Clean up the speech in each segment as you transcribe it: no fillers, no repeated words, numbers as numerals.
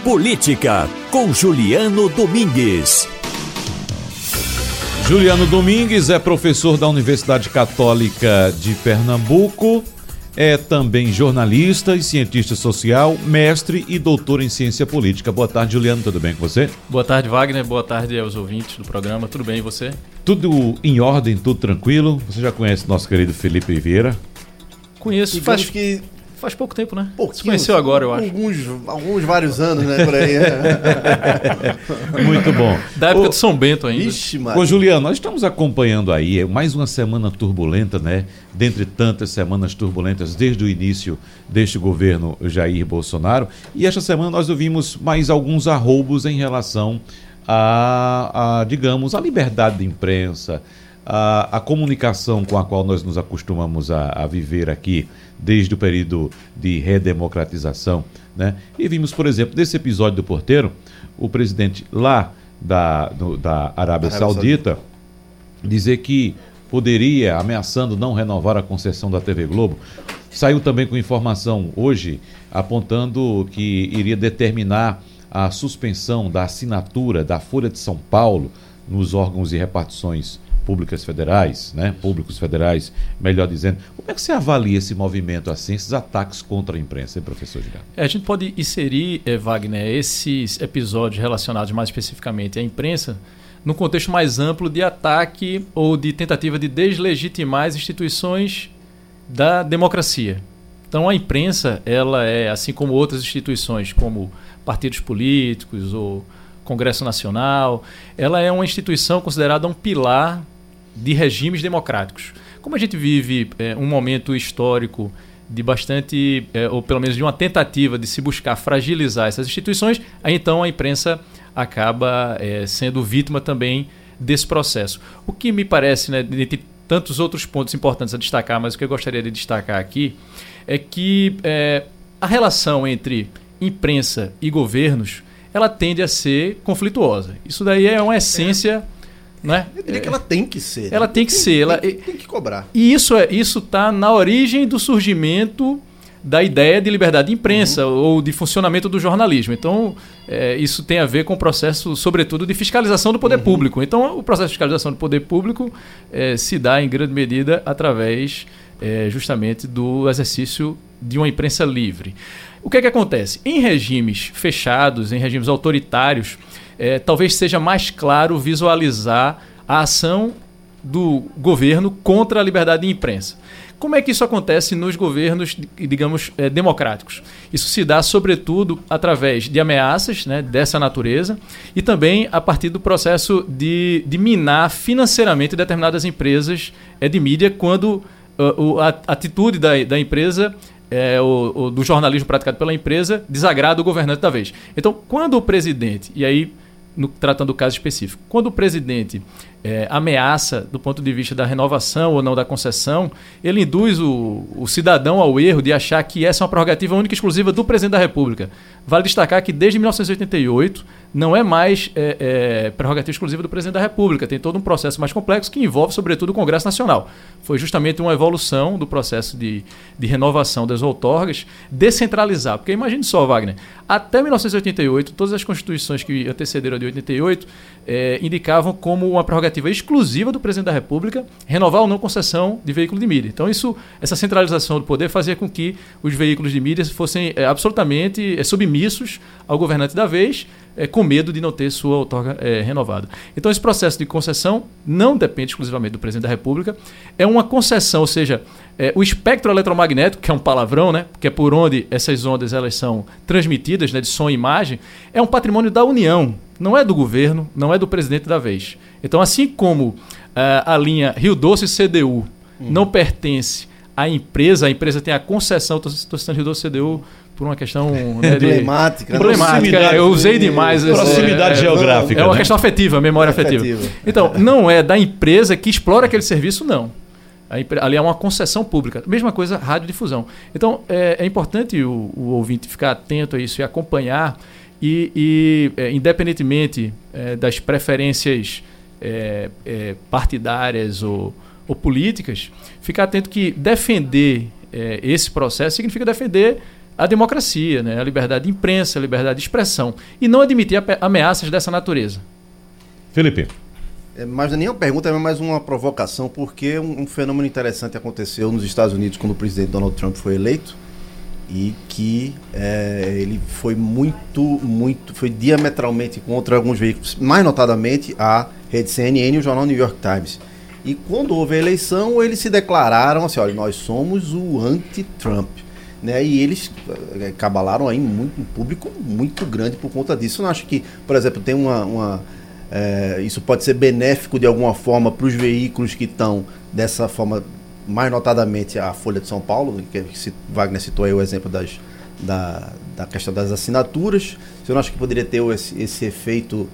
Política, com Juliano Domingues. Juliano Domingues é professor da Universidade Católica de Pernambuco, é também jornalista e cientista social, mestre e doutor em ciência política. Boa tarde, Juliano, tudo bem com você? Boa tarde, Wagner, boa tarde aos ouvintes do programa, tudo bem e você? Tudo em ordem, tudo tranquilo. Você já conhece nosso querido Felipe Vieira? Conheço, faz pouco tempo, né? Pouquinho, você conheceu agora, eu acho. Vários anos, né, por aí. Muito bom. Da época de São Bento ainda. Ixi, Maria. Ô, Juliano, nós estamos acompanhando aí mais uma semana turbulenta, né? Dentre tantas semanas turbulentas desde o início deste governo Jair Bolsonaro. E esta semana nós ouvimos mais alguns arroubos em relação digamos, a liberdade de imprensa, a comunicação com a qual nós nos acostumamos a viver aqui desde o período de redemocratização, né? E vimos, por exemplo, nesse episódio do Porteiro, o presidente lá da Arábia Saudita dizer que poderia, ameaçando não renovar a concessão da TV Globo. Saiu também com informação hoje apontando que iria determinar a suspensão da assinatura da Folha de São Paulo nos órgãos e repartições públicos federais, melhor dizendo. Como é que você avalia esse movimento assim, esses ataques contra a imprensa, hein, professor Juliano? A gente pode inserir, Wagner, esses episódios relacionados mais especificamente à imprensa num contexto mais amplo de ataque ou de tentativa de deslegitimar as instituições da democracia. Então a imprensa, ela é, assim como outras instituições, como partidos políticos ou Congresso Nacional, ela é uma instituição considerada um pilar de regimes democráticos. Como a gente vive um momento histórico de bastante, ou pelo menos de uma tentativa de se buscar fragilizar essas instituições, aí então a imprensa acaba sendo vítima também desse processo. O que me parece, né, dentre tantos outros pontos importantes a destacar, mas o que eu gostaria de destacar aqui é que a relação entre imprensa e governos, ela tende a ser conflituosa. Isso daí é uma essência... Né? Eu diria que ela tem que ser. Ela tem que ser. Tem que cobrar. E isso está na origem do surgimento da ideia de liberdade de imprensa ou de funcionamento do jornalismo. Então, isso tem a ver com o processo, sobretudo, de fiscalização do poder público. Então, o processo de fiscalização do poder público se dá, em grande medida, através justamente do exercício de uma imprensa livre. O que é que acontece? Em regimes fechados, em regimes autoritários, talvez seja mais claro visualizar a ação do governo contra a liberdade de imprensa. Como é que isso acontece nos governos, digamos, democráticos? Isso se dá, sobretudo, através de ameaças, né, dessa natureza e também a partir do processo de minar financeiramente determinadas empresas de mídia quando a atitude da empresa... ou do jornalismo praticado pela empresa desagrada o governante da vez. Então, quando o presidente, e aí tratando do caso específico, quando o presidente ameaça do ponto de vista da renovação ou não da concessão, ele induz o cidadão ao erro de achar que essa é uma prerrogativa única e exclusiva do presidente da República. Vale destacar que desde 1988 não é mais prerrogativa exclusiva do presidente da República. Tem todo um processo mais complexo que envolve, sobretudo, o Congresso Nacional. Foi justamente uma evolução do processo de renovação das outorgas, descentralizar. Porque imagine só, Wagner, até 1988, todas as constituições que antecederam a de 88 indicavam como uma prerrogativa exclusiva do presidente da República renovar ou não concessão de veículo de mídia. Então, essa centralização do poder fazia com que os veículos de mídia fossem absolutamente submissos ao governante da vez, com medo de não ter sua outorga renovada. Então, esse processo de concessão não depende exclusivamente do presidente da República. É uma concessão, ou seja, o espectro eletromagnético, que é um palavrão, né, que é por onde essas ondas elas são transmitidas, né, de som e imagem, é um patrimônio da União, não é do governo, não é do presidente da vez. Então, assim como a linha Rio Doce CDU não pertence à empresa, a empresa tem a concessão, estou citando Rio Doce CDU por uma questão emblemática. Eu usei demais. Proximidade geográfica. É uma questão afetiva, memória afetiva. Então, não é da empresa que explora aquele serviço, não. Ali é uma concessão pública. Mesma coisa, radiodifusão. Então, é importante o ouvinte ficar atento a isso e acompanhar independentemente das preferências partidárias ou políticas, ficar atento que defender esse processo significa defender a democracia, né? A liberdade de imprensa, a liberdade de expressão, e não admitir ameaças dessa natureza. Felipe. Mas não é nem uma pergunta, é mais uma provocação, porque um fenômeno interessante aconteceu nos Estados Unidos quando o presidente Donald Trump foi eleito, e que ele foi foi diametralmente contra alguns veículos, mais notadamente a rede CNN e o jornal New York Times. E quando houve a eleição, eles se declararam assim, olha, nós somos o anti-Trump, né? E eles cabalaram aí um público muito grande por conta disso. Eu não acho que, por exemplo, tem isso pode ser benéfico de alguma forma para os veículos que estão dessa forma, mais notadamente a Folha de São Paulo, que Wagner citou aí o exemplo da questão das assinaturas. Você não acha que poderia ter esse efeito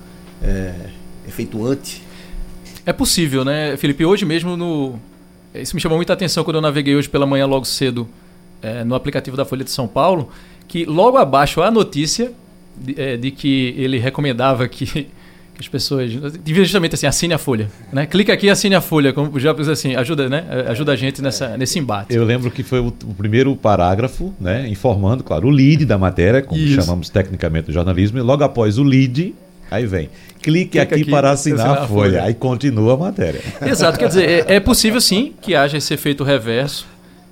anti? É possível, né, Felipe? Hoje mesmo, isso me chamou muita atenção quando eu naveguei hoje pela manhã logo cedo no aplicativo da Folha de São Paulo, que logo abaixo há a notícia de que ele recomendava que as pessoas deviam justamente assim, assine a Folha, né? Clica aqui e assine a Folha, como já assim, ajuda, né? Ajuda a gente nesse embate. Eu lembro que foi o primeiro parágrafo, né? Informando, claro, o lead da matéria, como chamamos tecnicamente no jornalismo, e logo após o lead, aí vem, clique aqui para assinar a Folha. Aí continua a matéria. Exato, quer dizer, é possível sim que haja esse efeito reverso.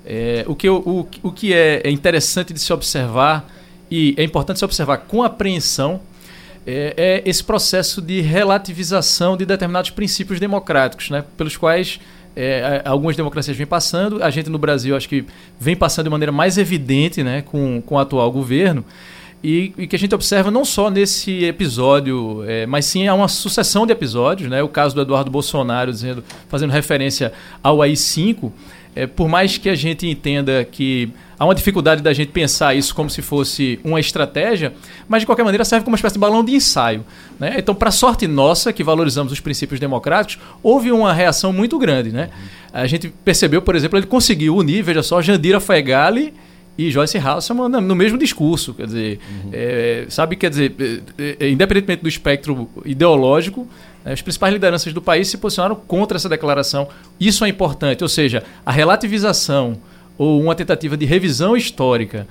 O que é interessante de se observar, e é importante se observar com apreensão, é esse processo de relativização de determinados princípios democráticos, né, pelos quais algumas democracias vêm passando. A gente no Brasil acho que vem passando de maneira mais evidente, né, com o atual governo, e que a gente observa não só nesse episódio, mas sim a uma sucessão de episódios, né, o caso do Eduardo Bolsonaro fazendo referência ao AI-5. Por mais que a gente entenda que há uma dificuldade da gente pensar isso como se fosse uma estratégia, mas de qualquer maneira serve como uma espécie de balão de ensaio, né? Então, para sorte nossa, que valorizamos os princípios democráticos, houve uma reação muito grande, né? A gente percebeu, por exemplo, ele conseguiu unir, veja só, Jandira Fegali e Joyce Hasselman no mesmo discurso, quer dizer, independentemente do espectro ideológico, as principais lideranças do país se posicionaram contra essa declaração. Isso é importante, ou seja, a relativização ou uma tentativa de revisão histórica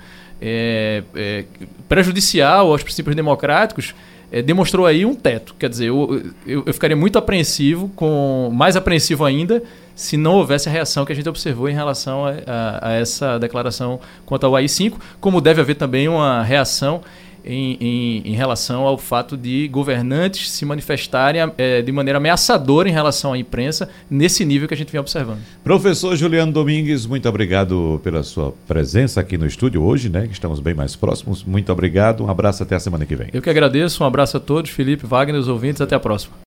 prejudicial aos princípios democráticos demonstrou aí um teto. Quer dizer, eu ficaria muito apreensivo, mais apreensivo ainda, se não houvesse a reação que a gente observou em relação a essa declaração quanto ao AI-5, como deve haver também uma reação em relação ao fato de governantes se manifestarem de maneira ameaçadora em relação à imprensa, nesse nível que a gente vem observando. Professor Juliano Domingues, muito obrigado pela sua presença aqui no estúdio hoje, né? Que estamos bem mais próximos. Muito obrigado, um abraço, até a semana que vem. Eu que agradeço, um abraço a todos, Felipe, Wagner, os ouvintes, até a próxima.